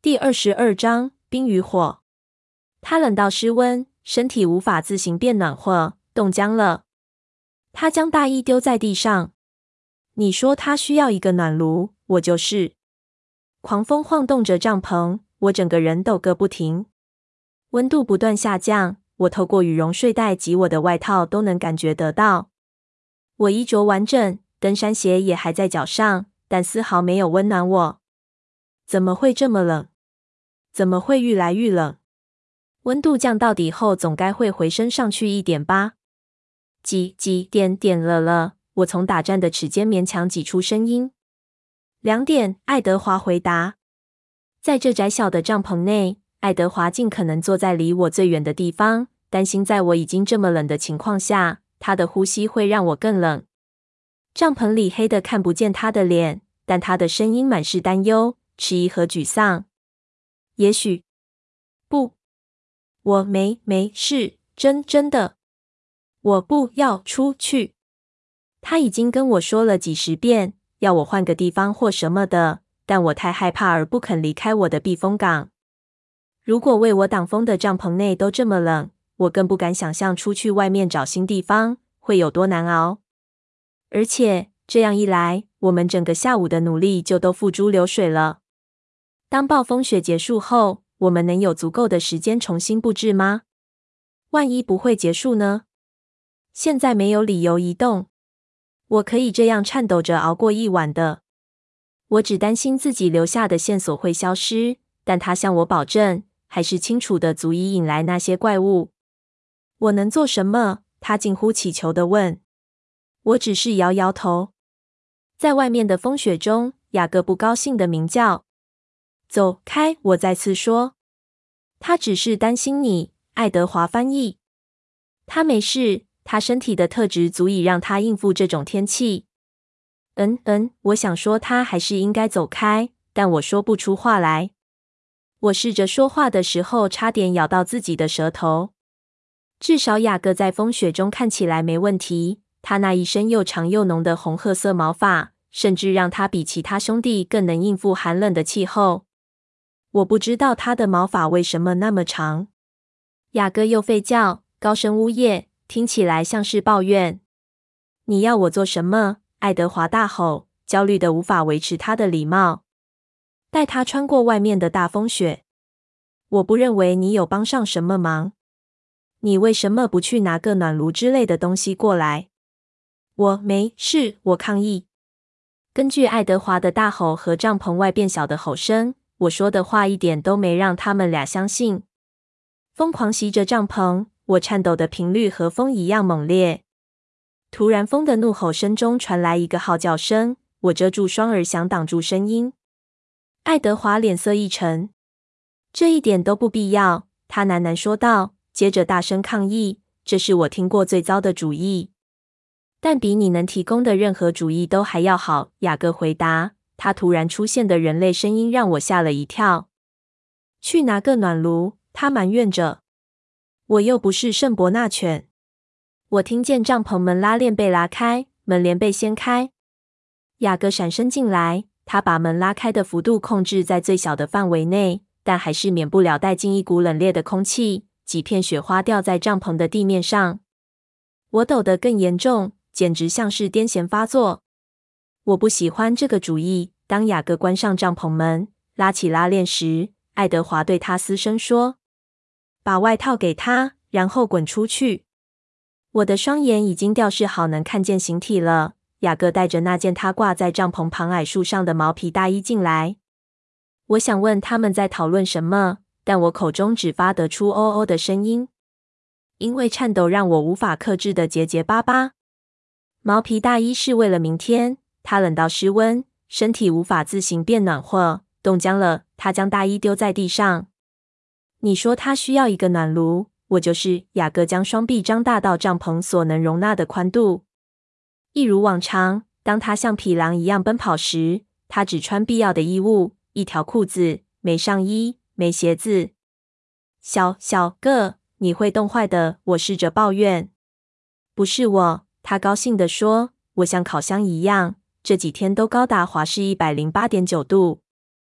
第22章冰与火。他冷到失温，身体无法自行变暖和，冻僵了。他将大衣丢在地上。你说他需要一个暖炉，我就是。狂风晃动着帐篷，我整个人抖个不停。温度不断下降，我透过羽绒睡袋及我的外套都能感觉得到。我衣着完整，登山鞋也还在脚上，但丝毫没有温暖我。怎么会这么冷？怎么会愈来愈冷？温度降到底后，总该会回升上去一点吧？几点了，我从打颤的齿间勉强挤出声音。2点，爱德华回答。在这窄小的帐篷内，爱德华尽可能坐在离我最远的地方，担心在我已经这么冷的情况下，他的呼吸会让我更冷。帐篷里黑得看不见他的脸，但他的声音满是担忧、迟疑和沮丧。也许不，我没事，真的，我不要出去。他已经跟我说了几十遍，要我换个地方或什么的，但我太害怕而不肯离开我的避风港。如果为我挡风的帐篷内都这么冷，我更不敢想象出去外面找新地方会有多难熬。而且这样一来，我们整个下午的努力就都付诸流水了。当暴风雪结束后，我们能有足够的时间重新布置吗？万一不会结束呢？现在没有理由移动。我可以这样颤抖着熬过一晚的。我只担心自己留下的线索会消失，但他向我保证，还是清楚的足以引来那些怪物。我能做什么？他近乎祈求地问。我只是摇摇头。在外面的风雪中，雅各不高兴地鸣叫。走开！我再次说。他只是担心你，爱德华翻译。他没事，他身体的特质足以让他应付这种天气。我想说他还是应该走开，但我说不出话来。我试着说话的时候，差点咬到自己的舌头。至少雅各在风雪中看起来没问题，他那一身又长又浓的红褐色毛发，甚至让他比其他兄弟更能应付寒冷的气候。我不知道他的毛发为什么那么长。雅各又吠叫，高声呜咽，听起来像是抱怨。你要我做什么？爱德华大吼，焦虑得无法维持他的礼貌。带他穿过外面的大风雪。我不认为你有帮上什么忙。你为什么不去拿个暖炉之类的东西过来？我没事，我抗议。根据爱德华的大吼和帐篷外变小的吼声，我说的话一点都没让他们俩相信。疯狂袭着帐篷，我颤抖的频率和风一样猛烈。突然，风的怒吼声中传来一个号叫声，我遮住双耳想挡住声音。爱德华脸色一沉。这一点都不必要，他喃喃说道，接着大声抗议，这是我听过最糟的主意。但比你能提供的任何主意都还要好，雅各回答。他突然出现的人类声音让我吓了一跳。去拿个暖炉，他埋怨着。我又不是圣伯纳犬。我听见帐篷门拉链被拉开，门帘被掀开。雅各闪身进来，他把门拉开的幅度控制在最小的范围内，但还是免不了带进一股冷冽的空气，几片雪花掉在帐篷的地面上。我抖得更严重，简直像是癫痫发作。我不喜欢这个主意。当雅各关上帐篷门，拉起拉链时，爱德华对他嘶声说：“把外套给他，然后滚出去。”我的双眼已经调试好，能看见形体了。雅各带着那件他挂在帐篷旁矮树上的毛皮大衣进来。我想问他们在讨论什么，但我口中只发得出哦哦的声音，因为颤抖让我无法克制的结巴巴。毛皮大衣是为了明天，他冷到失温，身体无法自行变暖和，冻僵了。他将大衣丢在地上。你说他需要一个暖炉，我就是。雅各将双臂张大到帐篷所能容纳的宽度。一如往常，当他像匹狼一样奔跑时，他只穿必要的衣物，一条裤子，没上衣，没鞋子。小个，你会冻坏的，我试着抱怨。不是我，他高兴地说，我像烤箱一样，这几天都高达华氏108.9度。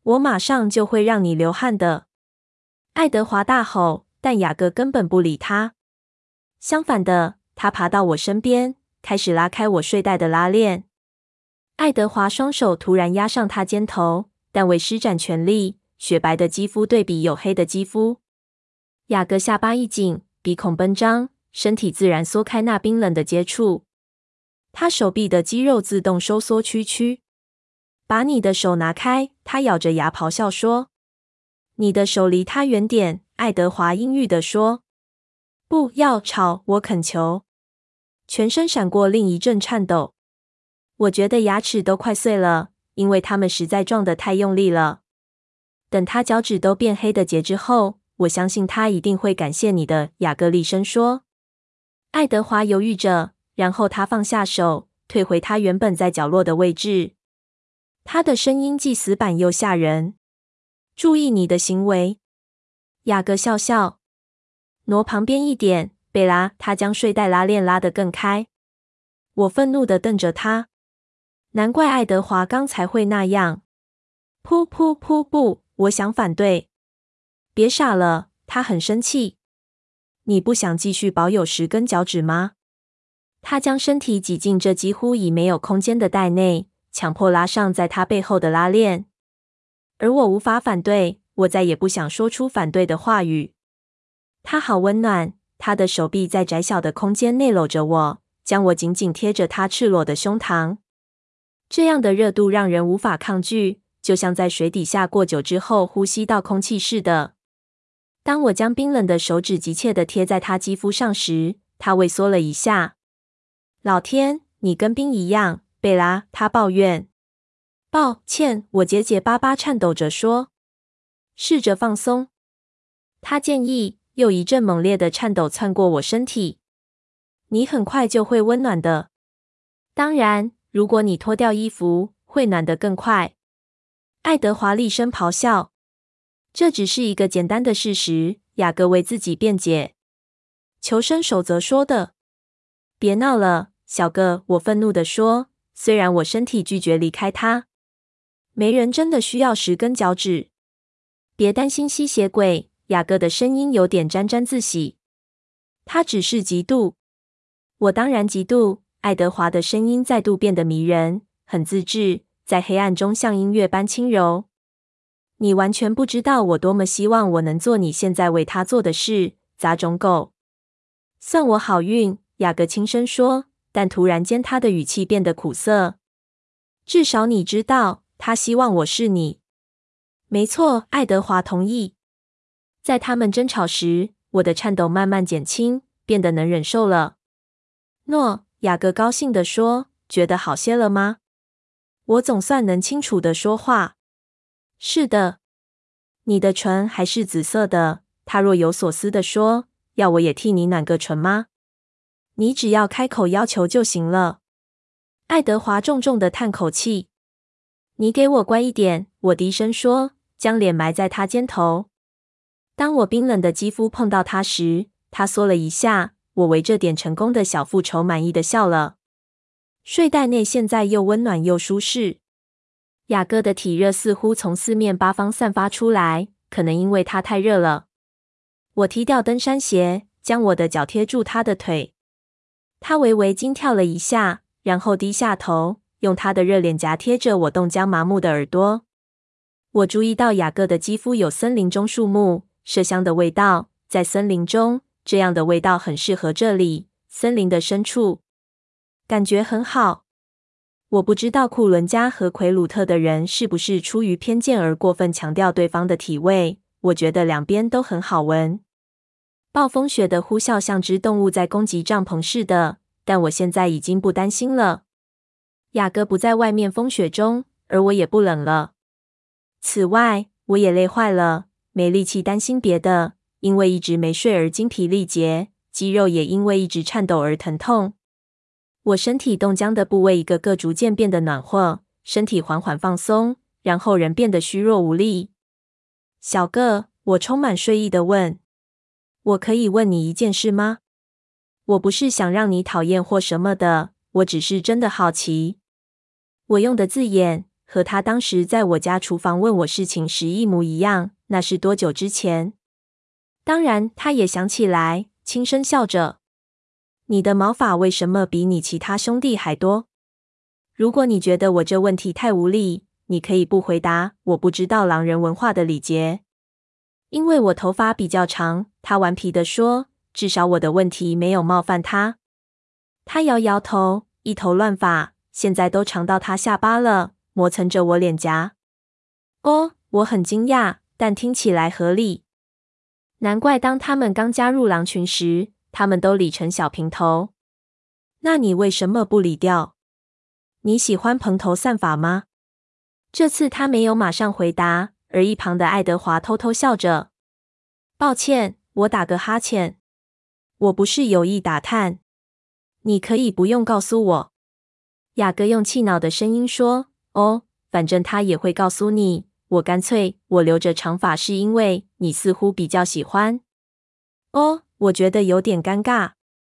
我马上就会让你流汗的。爱德华大吼，但雅各根本不理他。相反的，他爬到我身边，开始拉开我睡袋的拉链。爱德华双手突然压上他肩头，但未施展全力，雪白的肌肤对比黝黑的肌肤。雅各下巴一紧，鼻孔奔张，身体自然缩开那冰冷的接触。他手臂的肌肉自动收缩屈曲。把你的手拿开，他咬着牙咆哮说。你的手离他远点，爱德华阴郁地说。不要吵，我恳求。全身闪过另一阵颤抖。我觉得牙齿都快碎了，因为他们实在撞得太用力了。等他脚趾都变黑的截之后，我相信他一定会感谢你的，雅各厉声说。爱德华犹豫着，然后他放下手，退回他原本在角落的位置。他的声音既死板又吓人。注意你的行为。雅各笑笑。挪旁边一点，贝拉。他将睡袋拉链拉得更开。我愤怒地瞪着他。难怪爱德华刚才会那样。噗噗噗，不，我想反对。别傻了，他很生气。你不想继续保有10根脚趾吗？他将身体挤进这几乎已没有空间的袋内，强迫拉上在他背后的拉链。而我无法反对，我再也不想说出反对的话语。他好温暖，他的手臂在窄小的空间内搂着我，将我紧紧贴着他赤裸的胸膛。这样的热度让人无法抗拒，就像在水底下过久之后呼吸到空气似的。当我将冰冷的手指急切地贴在他肌肤上时，他畏缩了一下。老天，你跟冰一样，贝拉，他抱怨。抱歉，我结结巴巴颤抖着说。试着放松。他建议，又一阵猛烈的颤抖窜过我身体。你很快就会温暖的。当然，如果你脱掉衣服，会暖得更快。爱德华厉声咆哮。这只是一个简单的事实，雅各为自己辩解。求生守则说的。别闹了，小个，我愤怒地说，虽然我身体拒绝离开他。没人真的需要10根脚趾。别担心吸血鬼，雅各的声音有点沾沾自喜。他只是嫉妒。我当然嫉妒。爱德华的声音再度变得迷人，很自制，在黑暗中像音乐般轻柔。你完全不知道我多么希望我能做你现在为他做的事，杂种狗。算我好运，雅各轻声说，但突然间他的语气变得苦涩。至少你知道，他希望我是你。没错，爱德华同意。在他们争吵时，我的颤抖慢慢减轻，变得能忍受了。诺，雅各高兴地说，觉得好些了吗？我总算能清楚地说话。是的。你的唇还是紫色的，他若有所思地说，要我也替你暖个唇吗？你只要开口要求就行了。爱德华重重地叹口气。你给我乖一点，我低声说，将脸埋在他肩头。当我冰冷的肌肤碰到他时，他缩了一下，我为这点成功的小复仇满意的笑了。睡袋内现在又温暖又舒适。雅各的体热似乎从四面八方散发出来，可能因为他太热了。我踢掉登山鞋，将我的脚贴住他的腿。他微微惊跳了一下，然后低下头，用他的热脸颊贴着我冻僵麻木的耳朵。我注意到雅各的肌肤有森林中树木、麝香的味道，在森林中，这样的味道很适合这里，森林的深处。感觉很好。我不知道库伦加和奎鲁特的人是不是出于偏见而过分强调对方的体味，我觉得两边都很好闻。暴风雪的呼啸像只动物在攻击帐篷似的，但我现在已经不担心了。雅各不在外面风雪中，而我也不冷了。此外，我也累坏了，没力气担心别的，因为一直没睡而精疲力竭，肌肉也因为一直颤抖而疼痛。我身体冻僵的部位一个个逐渐变得暖和，身体缓缓放松，然后人变得虚弱无力。小个，我充满睡意地问，我可以问你一件事吗？我不是想让你讨厌或什么的，我只是真的好奇。我用的字眼， 和他当时在我家厨房问我事情时一模一样。那是多久之前？当然，他也想起来，轻声笑着。你的毛发为什么比你其他兄弟还多？如果你觉得我这问题太无理，你可以不回答。我不知道狼人文化的礼节。因为我头发比较长，他顽皮地说，至少我的问题没有冒犯他。他摇摇头，一头乱发，现在都长到他下巴了，磨蹭着我脸颊。哦，我很惊讶，但听起来合理。难怪当他们刚加入狼群时，他们都理成小平头。那你为什么不理掉？你喜欢蓬头散发吗？这次他没有马上回答，而一旁的爱德华偷偷笑着。抱歉，我打个哈欠。我不是有意打探。你可以不用告诉我。雅各用气恼的声音说，哦，反正他也会告诉你。我留着长发是因为你似乎比较喜欢。哦，我觉得有点尴尬。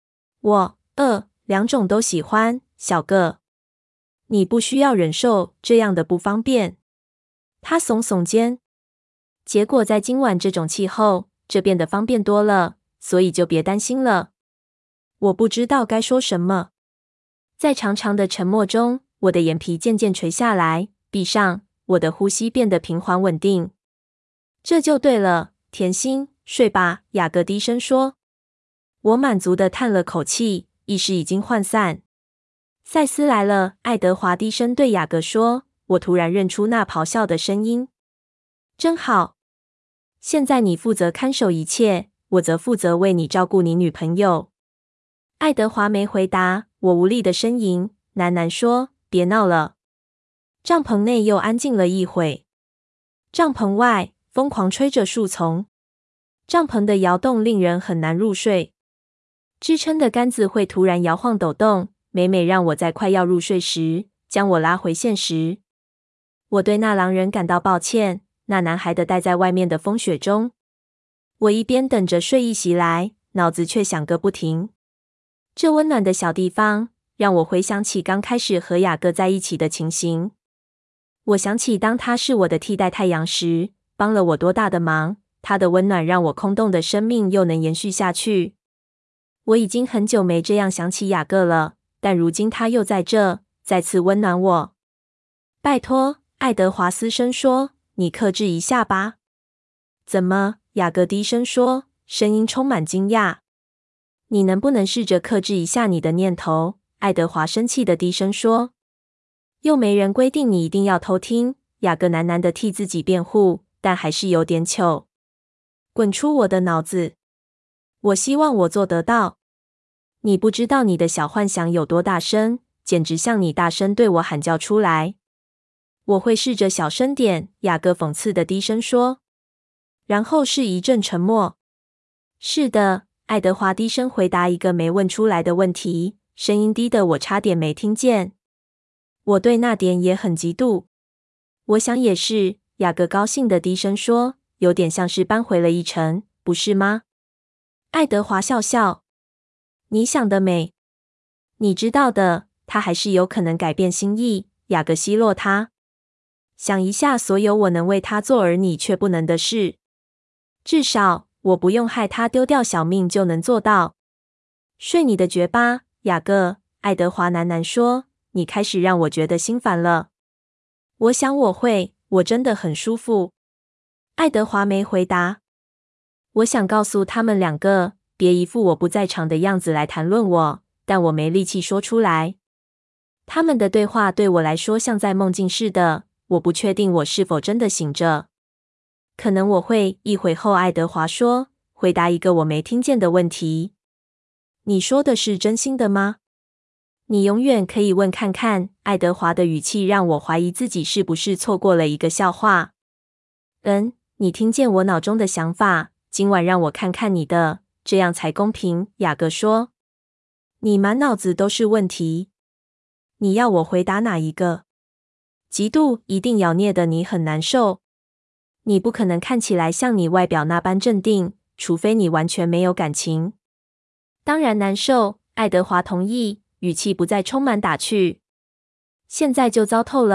两种都喜欢，小个。你不需要忍受这样的不方便。他耸耸肩。结果在今晚这种气候，这变得方便多了，所以就别担心了。我不知道该说什么。在长长的沉默中，我的眼皮渐渐垂下来，闭上。我的呼吸变得平缓稳定。这就对了，甜心，睡吧，雅各低声说。我满足地叹了口气，意识已经涣散。赛斯来了，爱德华低声对雅各说。我突然认出那咆哮的声音。真好。现在你负责看守一切，我则负责为你照顾你女朋友。爱德华没回答，我无力地呻吟，喃喃说，别闹了。帐篷内又安静了一会。帐篷外，疯狂吹着树丛。帐篷的摇动令人很难入睡。支撑的杆子会突然摇晃抖动，每每让我在快要入睡时，将我拉回现实。我对那狼人感到抱歉，那男孩的待在外面的风雪中。我一边等着睡意袭来，脑子却想个不停。这温暖的小地方，让我回想起刚开始和雅各在一起的情形。我想起当他是我的替代太阳时，帮了我多大的忙，他的温暖让我空洞的生命又能延续下去。我已经很久没这样想起雅各了，但如今他又在这，再次温暖我。拜托，爱德华嘶声说，你克制一下吧。怎么？雅各低声说，声音充满惊讶。你能不能试着克制一下你的念头？爱德华生气的低声说。又没人规定你一定要偷听，雅各喃喃地替自己辩护，但还是有点糗。滚出我的脑子！我希望我做得到。你不知道你的小幻想有多大声，简直像你大声对我喊叫出来。我会试着小声点，雅各讽刺的低声说。然后是一阵沉默。是的，爱德华低声回答一个没问出来的问题，声音低得我差点没听见。我对那点也很嫉妒。我想也是，雅各高兴的低声说，有点像是搬回了一城，不是吗？爱德华笑笑。你想得美。你知道的，他还是有可能改变心意，雅各奚落他。想一下所有我能为他做而你却不能的事。至少，我不用害他丢掉小命就能做到。睡你的觉吧，雅各，爱德华喃喃说。你开始让我觉得心烦了。我想我会，我真的很舒服。爱德华没回答。我想告诉他们两个，别一副我不在场的样子来谈论我，但我没力气说出来。他们的对话对我来说像在梦境似的，我不确定我是否真的醒着。可能我会，一会后爱德华说，回答一个我没听见的问题。你说的是真心的吗？你永远可以问看看，爱德华的语气让我怀疑自己是不是错过了一个笑话。你听见我脑中的想法，今晚让我看看你的，这样才公平，雅各说。你满脑子都是问题。你要我回答哪一个？嫉妒一定咬孽的你很难受。你不可能看起来像你外表那般镇定，除非你完全没有感情。当然难受，爱德华同意，语气不再充满打趣。现在就糟透了，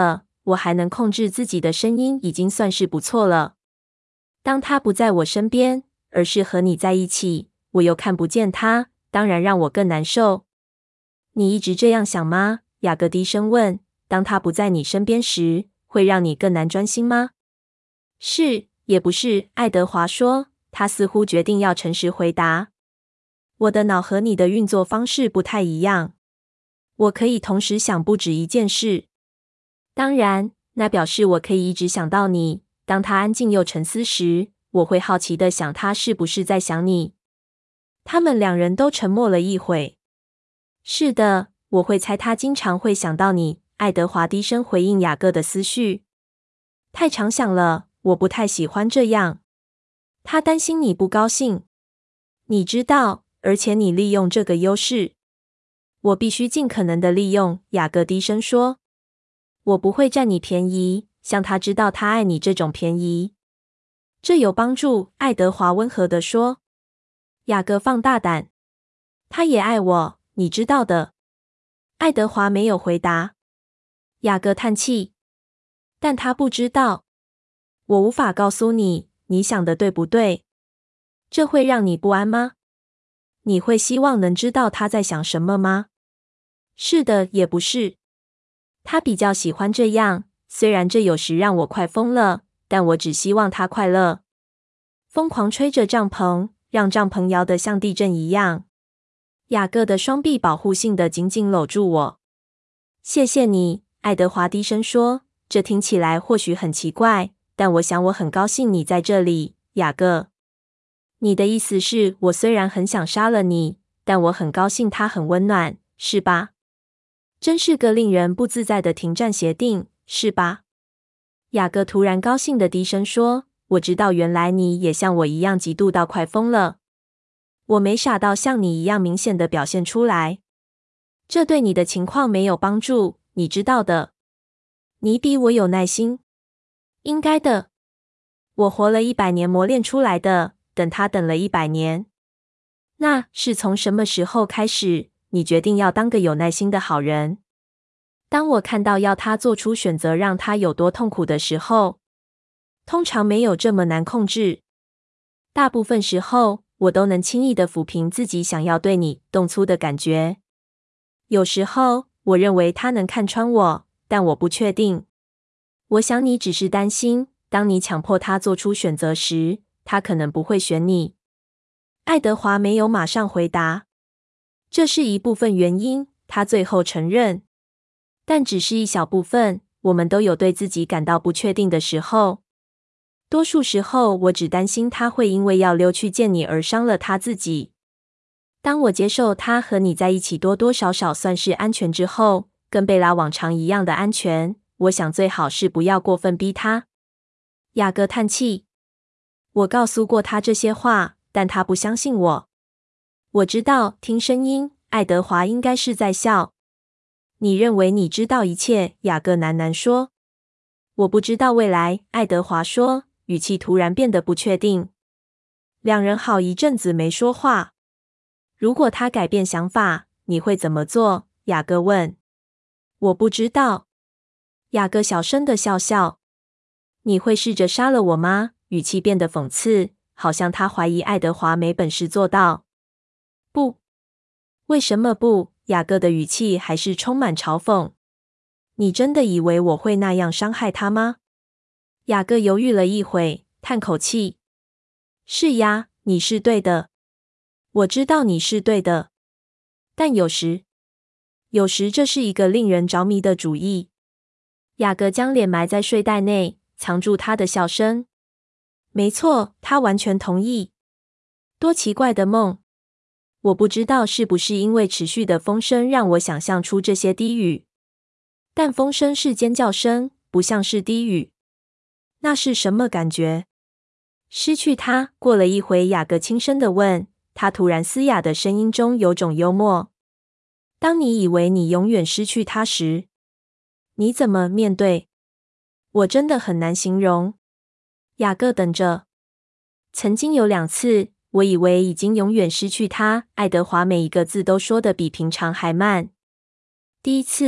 我还能控制自己的声音，已经算是不错了。当他不在我身边，而是和你在一起，我又看不见他，当然让我更难受。你一直这样想吗？雅各低声问。当他不在你身边时，会让你更难专心吗？是，也不是，爱德华说。他似乎决定要诚实回答。我的脑和你的运作方式不太一样，我可以同时想不止一件事。当然，那表示我可以一直想到你。当他安静又沉思时，我会好奇地想他是不是在想你。他们两人都沉默了一会。是的，我会猜他经常会想到你，爱德华低声回应雅各的思绪。太常想了，我不太喜欢这样。他担心你不高兴。你知道，而且你利用这个优势。我必须尽可能的利用，雅各低声说。我不会占你便宜，像他知道他爱你这种便宜。这有帮助，爱德华温和地说。雅各放大胆。他也爱我，你知道的。爱德华没有回答。雅各叹气。但他不知道。我无法告诉你，你想的对不对？这会让你不安吗？你会希望能知道他在想什么吗？是的，也不是。他比较喜欢这样，虽然这有时让我快疯了，但我只希望他快乐。疯狂吹着帐篷，让帐篷摇得像地震一样。雅各的双臂保护性地紧紧搂住我。谢谢你，爱德华低声说。这听起来或许很奇怪，但我想我很高兴你在这里，雅各。你的意思是我虽然很想杀了你，但我很高兴它很温暖，是吧？真是个令人不自在的停战协定，是吧？雅各突然高兴地低声说，我知道原来你也像我一样嫉妒到快疯了。我没傻到像你一样明显地表现出来。这对你的情况没有帮助，你知道的。你比我有耐心。应该的。我活了100年磨练出来的，等他等了100年。那是从什么时候开始，你决定要当个有耐心的好人？当我看到要他做出选择让他有多痛苦的时候。通常没有这么难控制。大部分时候，我都能轻易地抚平自己想要对你动粗的感觉。有时候，我认为他能看穿我，但我不确定。我想你只是担心，当你强迫他做出选择时，他可能不会选你。爱德华没有马上回答。这是一部分原因，他最后承认。但只是一小部分，我们都有对自己感到不确定的时候。多数时候，我只担心他会因为要溜去见你而伤了他自己。当我接受他和你在一起多多少少算是安全之后，跟贝拉往常一样的安全，我想最好是不要过分逼他。雅各叹气。我告诉过他这些话，但他不相信我。我知道，听声音，爱德华应该是在笑。你认为你知道一切？雅各喃喃说。我不知道未来，爱德华说，语气突然变得不确定。两人好一阵子没说话。如果他改变想法，你会怎么做？雅各问。我不知道。雅各小声地笑笑。你会试着杀了我吗？语气变得讽刺，好像他怀疑爱德华没本事做到。不。为什么不？雅各的语气还是充满嘲讽。你真的以为我会那样伤害他吗？雅各犹豫了一会，叹口气。是呀，你是对的。我知道你是对的。但有时这是一个令人着迷的主意。雅各将脸埋在睡袋内，藏住他的笑声。没错，他完全同意。多奇怪的梦！我不知道是不是因为持续的风声让我想象出这些低语。但风声是尖叫声，不像是低语。那是什么感觉？失去他。过了一会，雅各轻声地问，他突然嘶哑的声音中有种幽默。当你以为你永远失去他时，你怎么面对？我真的很难形容。雅各等着。曾经有2次，我以为已经永远失去他。爱德华每一个字都说得比平常还慢。第一次，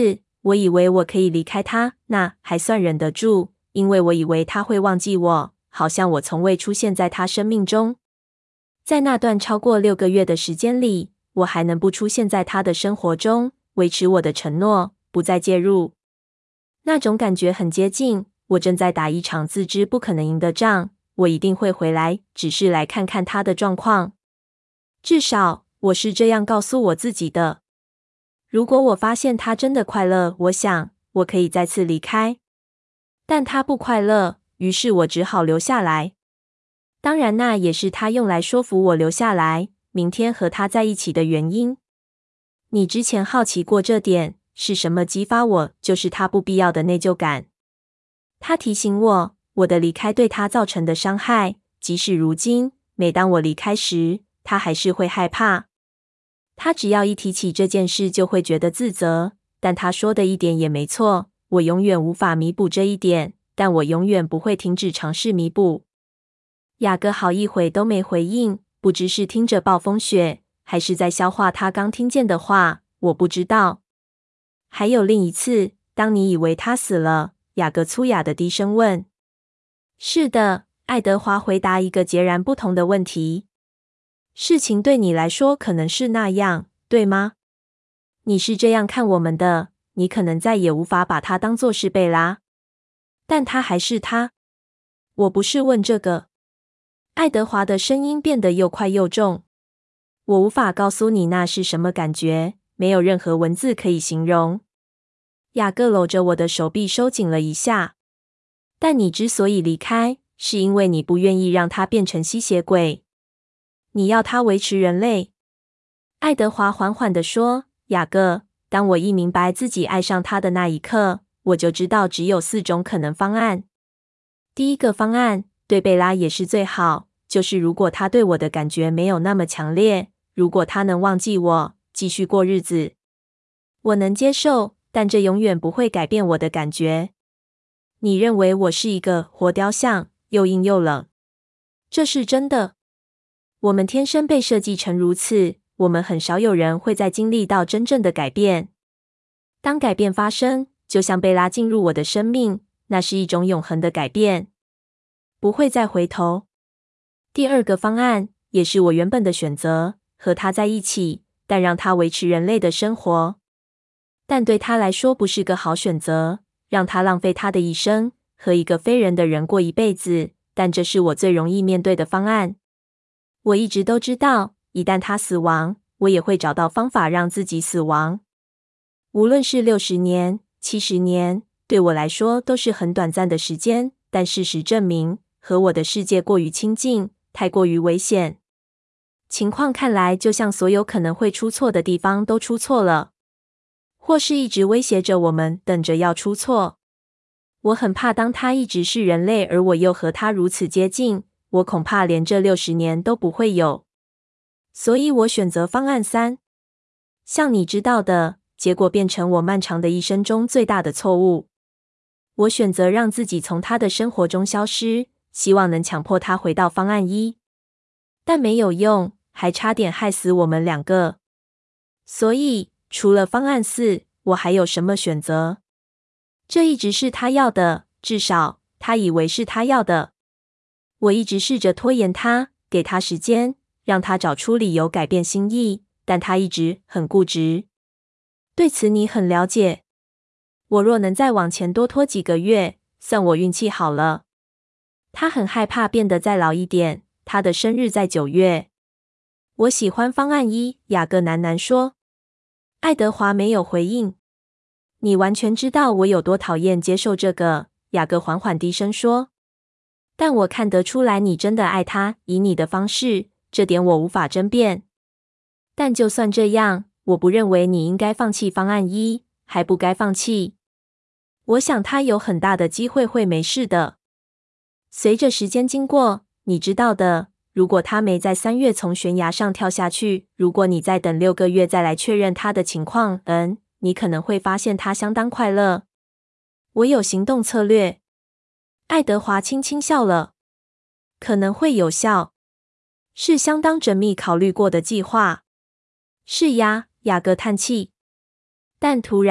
我以为我可以离开他，那还算忍得住，因为我以为他会忘记我，好像我从未出现在他生命中。在那段超过6个月的时间里，我还能不出现在他的生活中，维持我的承诺，不再介入。那种感觉很接近，我正在打一场自知不可能赢的仗，我一定会回来，只是来看看他的状况。至少，我是这样告诉我自己的。如果我发现他真的快乐，我想，我可以再次离开。但他不快乐，于是我只好留下来。当然，那也是他用来说服我留下来，明天和他在一起的原因。你之前好奇过这点，是什么激发我？就是他不必要的内疚感。他提醒我，我的离开对他造成的伤害，即使如今，每当我离开时，他还是会害怕。他只要一提起这件事，就会觉得自责。但他说的一点也没错，我永远无法弥补这一点，但我永远不会停止尝试弥补。雅各好一会都没回应，不知是听着暴风雪，还是在消化他刚听见的话，我不知道。还有另一次，当你以为他死了，雅各粗哑的低声问。是的，爱德华回答一个截然不同的问题。事情对你来说可能是那样，对吗？你是这样看我们的，你可能再也无法把他当作是贝拉。但他还是他。我不是问这个。爱德华的声音变得又快又重。我无法告诉你那是什么感觉，没有任何文字可以形容。雅各搂着我的手臂收紧了一下。但你之所以离开，是因为你不愿意让他变成吸血鬼。你要他维持人类。爱德华缓缓地说，雅各，当我一明白自己爱上他的那一刻，我就知道只有4种可能方案。第一个方案，对贝拉也是最好，就是如果他对我的感觉没有那么强烈，如果他能忘记我，继续过日子，我能接受，但这永远不会改变我的感觉。你认为我是一个活雕像，又硬又冷。这是真的。我们天生被设计成如此，我们很少有人会再经历到真正的改变。当改变发生，就像贝拉进入我的生命，那是一种永恒的改变，不会再回头。第二个方案，也是我原本的选择，和他在一起，但让他维持人类的生活。但对他来说不是个好选择，让他浪费他的一生，和一个非人的人过一辈子，但这是我最容易面对的方案。我一直都知道，一旦他死亡，我也会找到方法让自己死亡。无论是60年、70年，对我来说都是很短暂的时间，但事实证明，和我的世界过于亲近，太过于危险。情况看来就像所有可能会出错的地方都出错了，或是一直威胁着我们，等着要出错。我很怕当他一直是人类，而我又和他如此接近，我恐怕连这60年都不会有。所以我选择方案3。像你知道的，结果变成我漫长的一生中最大的错误。我选择让自己从他的生活中消失，希望能强迫他回到方案1。但没有用，还差点害死我们2个。所以，除了方案4，我还有什么选择？这一直是他要的，至少他以为是他要的。我一直试着拖延他，给他时间，让他找出理由改变心意，但他一直很固执。对此你很了解。我若能再往前多拖几个月，算我运气好了。他很害怕变得再老一点，他的生日在9月。我喜欢方案1，雅各喃喃说。爱德华没有回应。你完全知道我有多讨厌接受这个，雅各缓缓低声说。但我看得出来你真的爱他，以你的方式，这点我无法争辩。但就算这样，我不认为你应该放弃方案1，还不该放弃。我想他有很大的机会会没事的。随着时间经过，你知道的，如果他没在3月从悬崖上跳下去，如果你再等6个月再来确认他的情况，你可能会发现他相当快乐。我有行动策略。爱德华轻轻笑了。可能会有效。是相当缜密考虑过的计划。是呀，雅各叹气。但突然，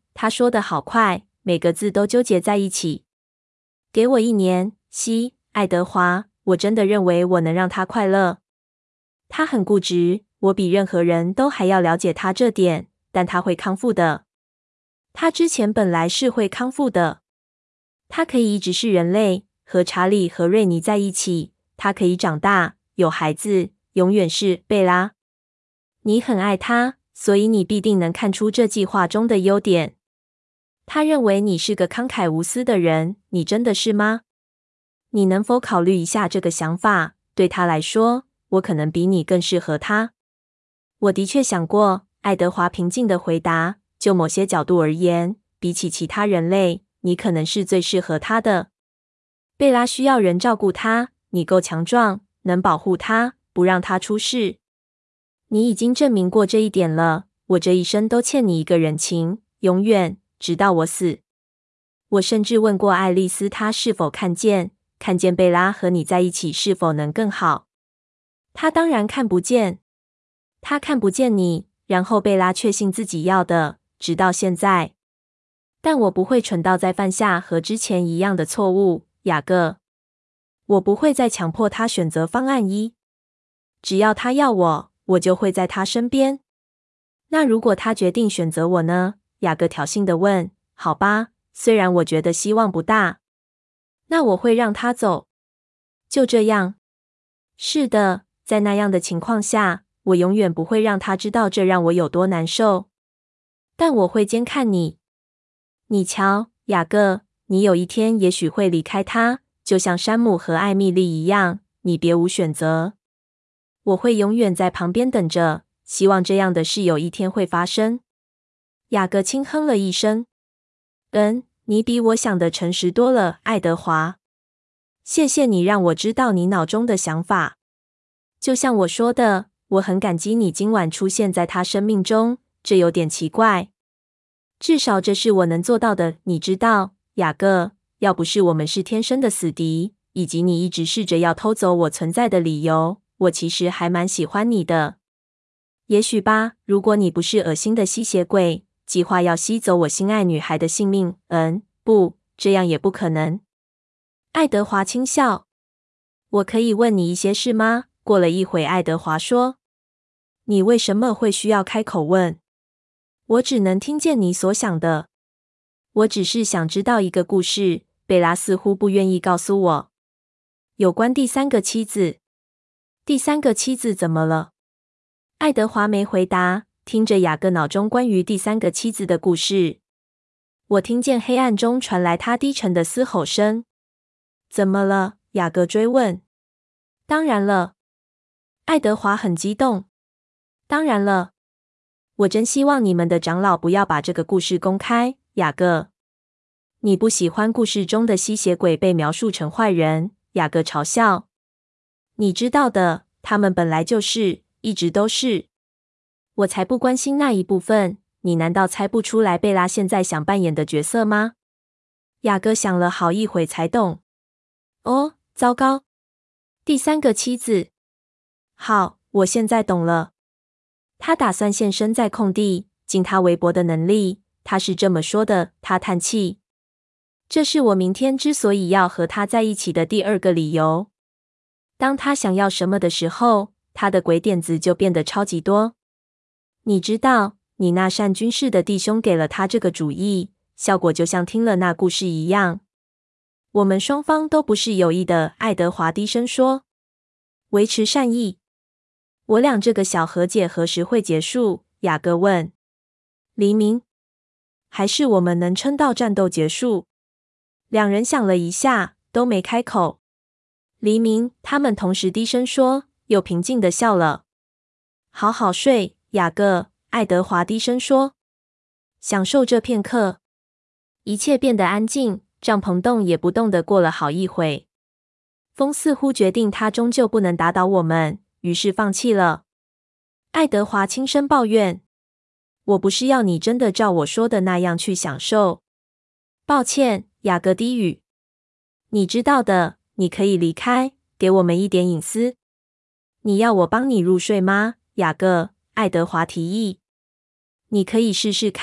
他说得好快，每个字都纠结在一起。给我1年，爱德华，我真的认为我能让他快乐。他很固执，我比任何人都还要了解他这点，但他会康复的。他之前本来是会康复的。他可以一直是人类，和查理和瑞尼在一起，他可以长大，有孩子，永远是贝拉。你很爱他，所以你必定能看出这计划中的优点。他认为你是个慷慨无私的人，你真的是吗？你能否考虑一下这个想法？对他来说，我可能比你更适合他。我的确想过，爱德华平静地回答，就某些角度而言，比起其他人类，你可能是最适合他的。贝拉需要人照顾他，你够强壮，能保护他，不让他出事。你已经证明过这一点了，我这一生都欠你一个人情，永远，直到我死。我甚至问过爱丽丝，她是否看见贝拉和你在一起是否能更好。她当然看不见。她看不见你，然后贝拉确信自己要的，直到现在。但我不会蠢到再犯下和之前一样的错误，雅各。我不会再强迫他选择方案1。只要他要我，我就会在他身边。那如果他决定选择我呢？雅各挑衅地问。好吧，虽然我觉得希望不大。那我会让他走。就这样。是的，在那样的情况下，我永远不会让他知道这让我有多难受。但我会监看你。你瞧，雅各，你有一天也许会离开他，就像山姆和艾蜜莉一样，你别无选择。我会永远在旁边等着，希望这样的事有一天会发生。雅各轻哼了一声。你比我想的诚实多了，爱德华。谢谢你让我知道你脑中的想法。就像我说的，我很感激你今晚出现在他生命中，这有点奇怪。至少这是我能做到的，你知道，雅各，要不是我们是天生的死敌，以及你一直试着要偷走我存在的理由，我其实还蛮喜欢你的。也许吧，如果你不是恶心的吸血鬼，计划要吸走我心爱女孩的性命，不，这样也不可能。爱德华轻笑。我可以问你一些事吗？过了一会，爱德华说。你为什么会需要开口问？我只能听见你所想的。我只是想知道一个故事，贝拉似乎不愿意告诉我。有关第3个妻子。第3个妻子怎么了？爱德华没回答，听着雅各脑中关于第3个妻子的故事。我听见黑暗中传来他低沉的嘶吼声。怎么了？雅各追问。当然了。爱德华很激动。当然了。我真希望你们的长老不要把这个故事公开，雅各。你不喜欢故事中的吸血鬼被描述成坏人，雅各嘲笑。你知道的，他们本来就是，一直都是。我才不关心那一部分，你难道猜不出来贝拉现在想扮演的角色吗？雅各想了好一会才懂。哦，糟糕。第3个妻子。好，我现在懂了。他打算现身在空地，尽他微薄的能力。他是这么说的，他叹气。这是我明天之所以要和他在一起的第2个理由。当他想要什么的时候，他的鬼点子就变得超级多。你知道，你那善军事的弟兄给了他这个主意，效果就像听了那故事一样。我们双方都不是有意的，爱德华低声说。维持善意。我俩这个小和解何时会结束？雅各问。黎明。还是我们能撑到战斗结束？两人想了一下，都没开口。黎明，他们同时低声说，又平静地笑了。好好睡，雅各，爱德华低声说。享受这片刻。一切变得安静，帐篷动也不动地过了好一会。风似乎决定他终究不能打倒我们，于是放弃了。爱德华轻声抱怨。我不是要你真的照我说的那样去享受。抱歉，雅各低语。你知道的，你可以离开，给我们一点隐私。你要我帮你入睡吗？雅各，爱德华提议。你可以试试看，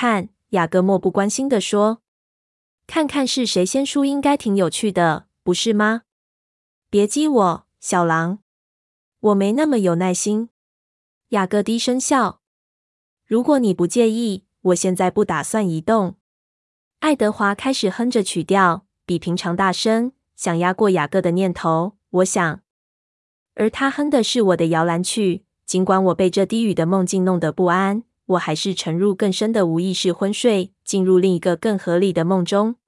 雅各漠不关心地说。看看是谁先输应该挺有趣的，不是吗？别激我，小狼。我没那么有耐心。雅各低声笑。如果你不介意，我现在不打算移动。爱德华开始哼着曲调，比平常大声，想压过雅各的念头，我想。而他哼的是我的摇篮曲，尽管我被这低语的梦境弄得不安，我还是沉入更深的无意识昏睡，进入另一个更合理的梦中。